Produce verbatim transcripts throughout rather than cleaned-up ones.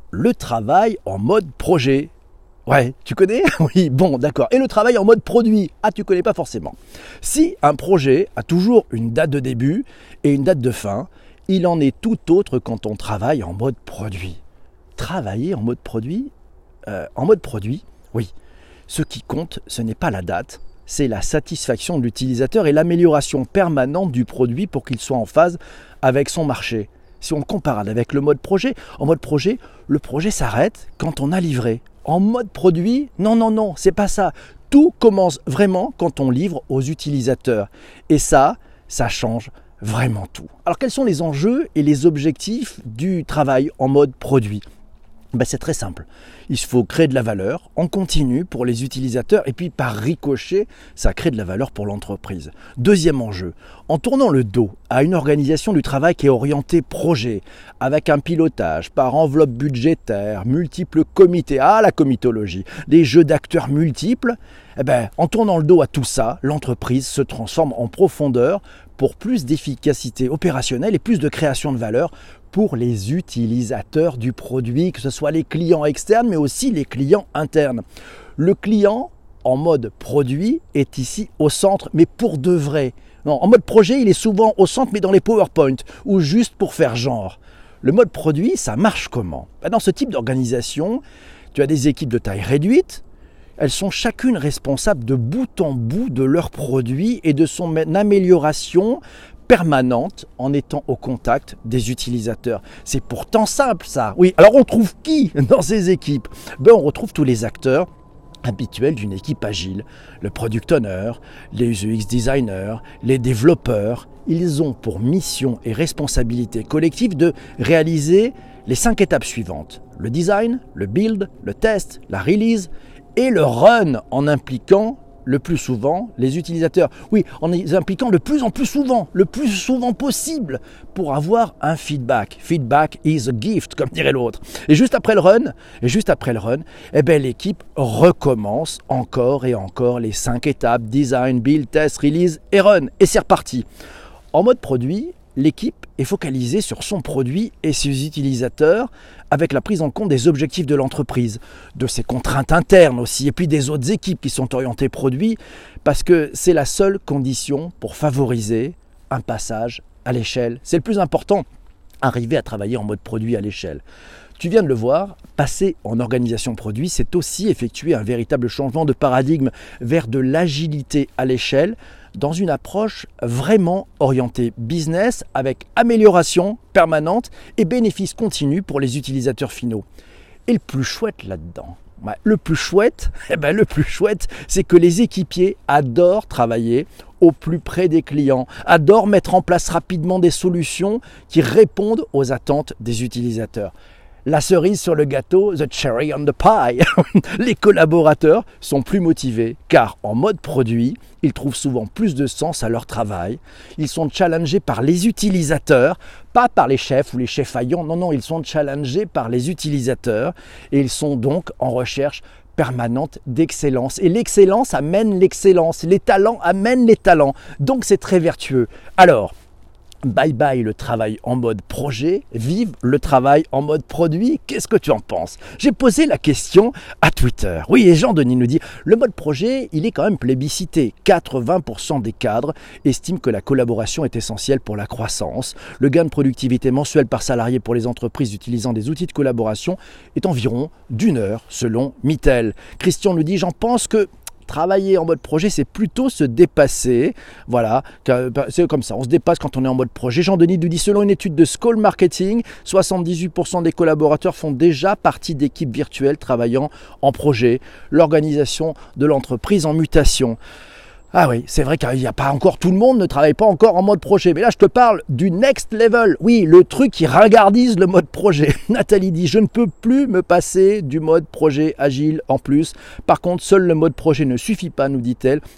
le travail en mode projet. Ouais, tu connais? Oui, bon, d'accord. Et le travail en mode produit? Ah, tu connais pas forcément. Si un projet a toujours une date de début et une date de fin, il en est tout autre quand on travaille en mode produit. Travailler en mode produit? euh, En mode produit, oui. Ce qui compte, ce n'est pas la date, c'est la satisfaction de l'utilisateur et l'amélioration permanente du produit pour qu'il soit en phase avec son marché. Si on le compare avec le mode projet, en mode projet, le projet s'arrête quand on a livré. En mode produit, non, non, non, c'est pas ça. Tout commence vraiment quand on livre aux utilisateurs. Et ça, ça change vraiment tout. Alors quels sont les enjeux et les objectifs du travail en mode produit? Ben, c'est très simple. Il faut créer de la valeur en continu pour les utilisateurs et puis par ricochet, ça crée de la valeur pour l'entreprise. Deuxième enjeu, en tournant le dos à une organisation du travail qui est orientée projet, avec un pilotage par enveloppe budgétaire, multiples comités, ah la comitologie, des jeux d'acteurs multiples, eh ben, en tournant le dos à tout ça, l'entreprise se transforme en profondeur pour plus d'efficacité opérationnelle et plus de création de valeur pour les utilisateurs du produit, que ce soit les clients externes mais aussi les clients internes. Le client en mode produit est ici au centre, mais pour de vrai. Non, en mode projet, il est souvent au centre mais dans les PowerPoint ou juste pour faire genre. Le mode produit, ça marche comment? Dans ce type d'organisation, tu as des équipes de taille réduite. Elles sont chacune responsables de bout en bout de leur produit et de son amélioration permanente en étant au contact des utilisateurs. C'est pourtant simple ça. Oui, alors on trouve qui dans ces équipes? Ben, on retrouve tous les acteurs habituels d'une équipe agile. Le product owner, les U X designers, les développeurs. Ils ont pour mission et responsabilité collective de réaliser les cinq étapes suivantes. Le design, le build, le test, la release et le run en impliquant le plus souvent les utilisateurs. Oui, en les impliquant le plus en plus souvent, le plus souvent possible pour avoir un feedback. Feedback is a gift, comme dirait l'autre. Et juste après le run, et juste après le run, eh ben, l'équipe recommence encore et encore les cinq étapes, design, build, test, release et run. Et c'est reparti. En mode produit, l'équipe est focalisée sur son produit et ses utilisateurs avec la prise en compte des objectifs de l'entreprise, de ses contraintes internes aussi, et puis des autres équipes qui sont orientées produits, parce que c'est la seule condition pour favoriser un passage à l'échelle. C'est le plus important, arriver à travailler en mode produit à l'échelle. Tu viens de le voir, passer en organisation produit, c'est aussi effectuer un véritable changement de paradigme vers de l'agilité à l'échelle, dans une approche vraiment orientée business avec amélioration permanente et bénéfice continu pour les utilisateurs finaux. Et le plus chouette là-dedans, bah, le plus chouette, eh ben, le plus chouette, c'est que les équipiers adorent travailler au plus près des clients, adorent mettre en place rapidement des solutions qui répondent aux attentes des utilisateurs. La cerise sur le gâteau, the cherry on the pie. Les collaborateurs sont plus motivés car en mode produit, ils trouvent souvent plus de sens à leur travail. Ils sont challengés par les utilisateurs, pas par les chefs ou les chefs faillants. Non, non, ils sont challengés par les utilisateurs et ils sont donc en recherche permanente d'excellence. Et l'excellence amène l'excellence. Les talents amènent les talents. Donc c'est très vertueux. Alors, bye bye le travail en mode projet, vive le travail en mode produit. Qu'est-ce que tu en penses? J'ai posé la question à Twitter. Oui, et Jean-Denis nous dit, le mode projet, il est quand même plébiscité. quatre-vingts pour cent des cadres estiment que la collaboration est essentielle pour la croissance. Le gain de productivité mensuel par salarié pour les entreprises utilisant des outils de collaboration est environ d'une heure selon Mittel. Christian nous dit, j'en pense que travailler en mode projet, c'est plutôt se dépasser. Voilà, c'est comme ça, on se dépasse quand on est en mode projet. Jean-Denis nous dit, selon une étude de Skoll Marketing, soixante-dix-huit pour cent des collaborateurs font déjà partie d'équipes virtuelles travaillant en projet. L'organisation de l'entreprise en mutation. Ah oui, c'est vrai qu'il n'y a pas encore, tout le monde ne travaille pas encore en mode projet. Mais là, je te parle du next level. Oui, le truc qui ringardise le mode projet. Nathalie dit, je ne peux plus me passer du mode projet agile en plus. Par contre, seul le mode projet ne suffit pas, nous dit-elle.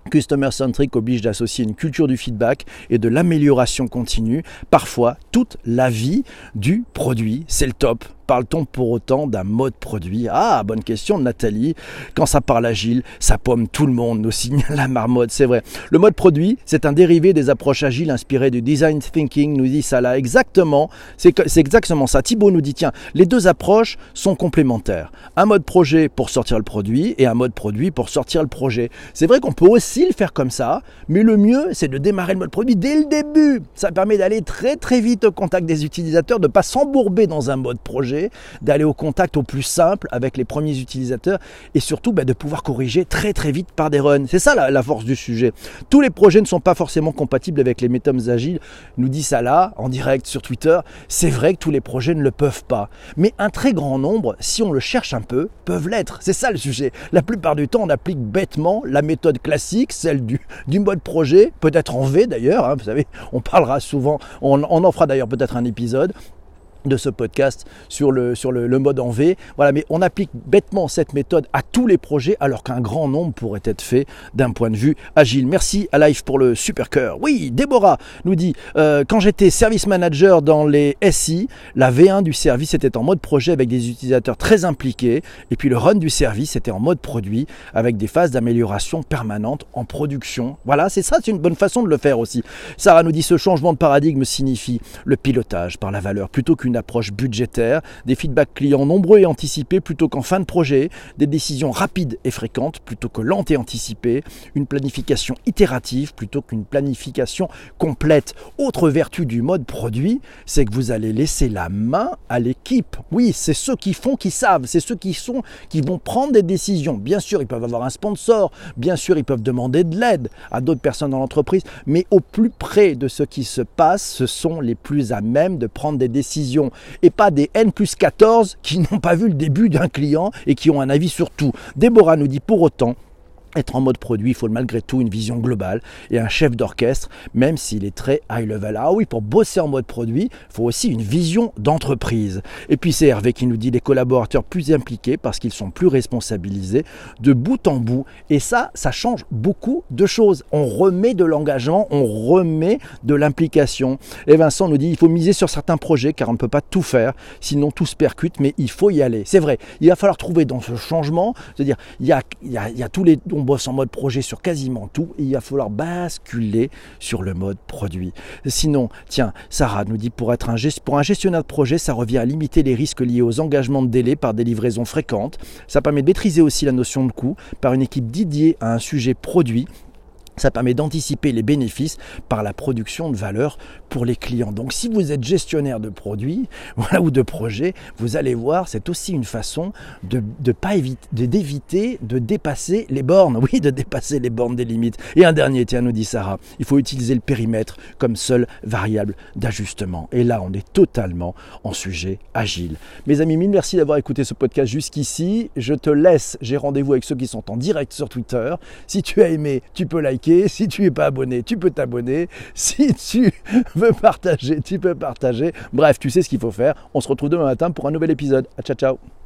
Customer Centric oblige d'associer une culture du feedback et de l'amélioration continue, parfois toute la vie du produit. C'est le top. Parle-t-on pour autant d'un mode produit? Ah, bonne question de Nathalie. Quand ça parle agile, ça pomme tout le monde, nous signale la marmotte, c'est vrai. Le mode produit, c'est un dérivé des approches agiles inspirées du design thinking, nous dit ça là. Exactement, c'est, c'est exactement ça. Thibaut nous dit, tiens, les deux approches sont complémentaires. Un mode projet pour sortir le produit et un mode produit pour sortir le projet. C'est vrai qu'on peut aussi le faire comme ça, mais le mieux, c'est de démarrer le mode produit dès le début. Ça permet d'aller très très vite au contact des utilisateurs, de ne pas s'embourber dans un mode projet, d'aller au contact au plus simple avec les premiers utilisateurs et surtout bah, de pouvoir corriger très très vite par des runs. C'est ça la, la force du sujet. Tous les projets ne sont pas forcément compatibles avec les méthodes agiles, nous dit ça là en direct sur Twitter. C'est vrai que tous les projets ne le peuvent pas, mais un très grand nombre, si on le cherche un peu, peuvent l'être. C'est ça le sujet. La plupart du temps, on applique bêtement la méthode classique, celle du, du mode projet, peut-être en V d'ailleurs, hein, vous savez, on parlera souvent, on, on en fera d'ailleurs peut-être un épisode de ce podcast sur le, sur le, le mode en V. Voilà, mais on applique bêtement cette méthode à tous les projets alors qu'un grand nombre pourrait être fait d'un point de vue agile. Merci à Life pour le super cœur. Oui, Déborah nous dit euh, quand j'étais service manager dans les S I, la V un du service était en mode projet avec des utilisateurs très impliqués et puis le run du service était en mode produit avec des phases d'amélioration permanente en production. Voilà, c'est ça, c'est une bonne façon de le faire aussi. Sarah nous dit ce changement de paradigme signifie le pilotage par la valeur plutôt qu'une approche budgétaire, des feedbacks clients nombreux et anticipés plutôt qu'en fin de projet, des décisions rapides et fréquentes plutôt que lentes et anticipées, une planification itérative plutôt qu'une planification complète. Autre vertu du mode produit, c'est que vous allez laisser la main à l'équipe. Oui, c'est ceux qui font qui savent, c'est ceux qui sont qui vont prendre des décisions. Bien sûr, ils peuvent avoir un sponsor, bien sûr, ils peuvent demander de l'aide à d'autres personnes dans l'entreprise, mais au plus près de ce qui se passe, ce sont les plus à même de prendre des décisions. Et pas des N plus quatorze qui n'ont pas vu le début d'un client et qui ont un avis sur tout. Déborah nous dit pour autant, être en mode produit, il faut malgré tout une vision globale et un chef d'orchestre, même s'il est très high level. Ah oui, pour bosser en mode produit, il faut aussi une vision d'entreprise. Et puis c'est Hervé qui nous dit des collaborateurs plus impliqués parce qu'ils sont plus responsabilisés de bout en bout. Et ça, ça change beaucoup de choses. On remet de l'engagement, on remet de l'implication. Et Vincent nous dit il faut miser sur certains projets car on ne peut pas tout faire, sinon tout se percute, mais il faut y aller. C'est vrai, il va falloir trouver dans ce changement, c'est-à-dire il y a, il y a, il y a tous les... On bosse en mode projet sur quasiment tout et il va falloir basculer sur le mode produit. Sinon, tiens, Sarah nous dit pour être un, gest- pour un gestionnaire de projet, ça revient à limiter les risques liés aux engagements de délai par des livraisons fréquentes. Ça permet de maîtriser aussi la notion de coût par une équipe dédiée à un sujet produit. Ça permet d'anticiper les bénéfices par la production de valeur pour les clients. Donc si vous êtes gestionnaire de produits voilà, ou de projets, vous allez voir, c'est aussi une façon de, de pas éviter, de, d'éviter de dépasser les bornes. Oui, de dépasser les bornes des limites. Et un dernier, tiens, nous dit Sarah, il faut utiliser le périmètre comme seule variable d'ajustement. Et là, on est totalement en sujet agile. Mes amis, mille merci d'avoir écouté ce podcast jusqu'ici. Je te laisse, j'ai rendez-vous avec ceux qui sont en direct sur Twitter. Si tu as aimé, tu peux liker. Si tu n'es pas abonné, tu peux t'abonner. Si tu veux partager, tu peux partager. Bref, tu sais ce qu'il faut faire. On se retrouve demain matin pour un nouvel épisode. Ciao, ciao.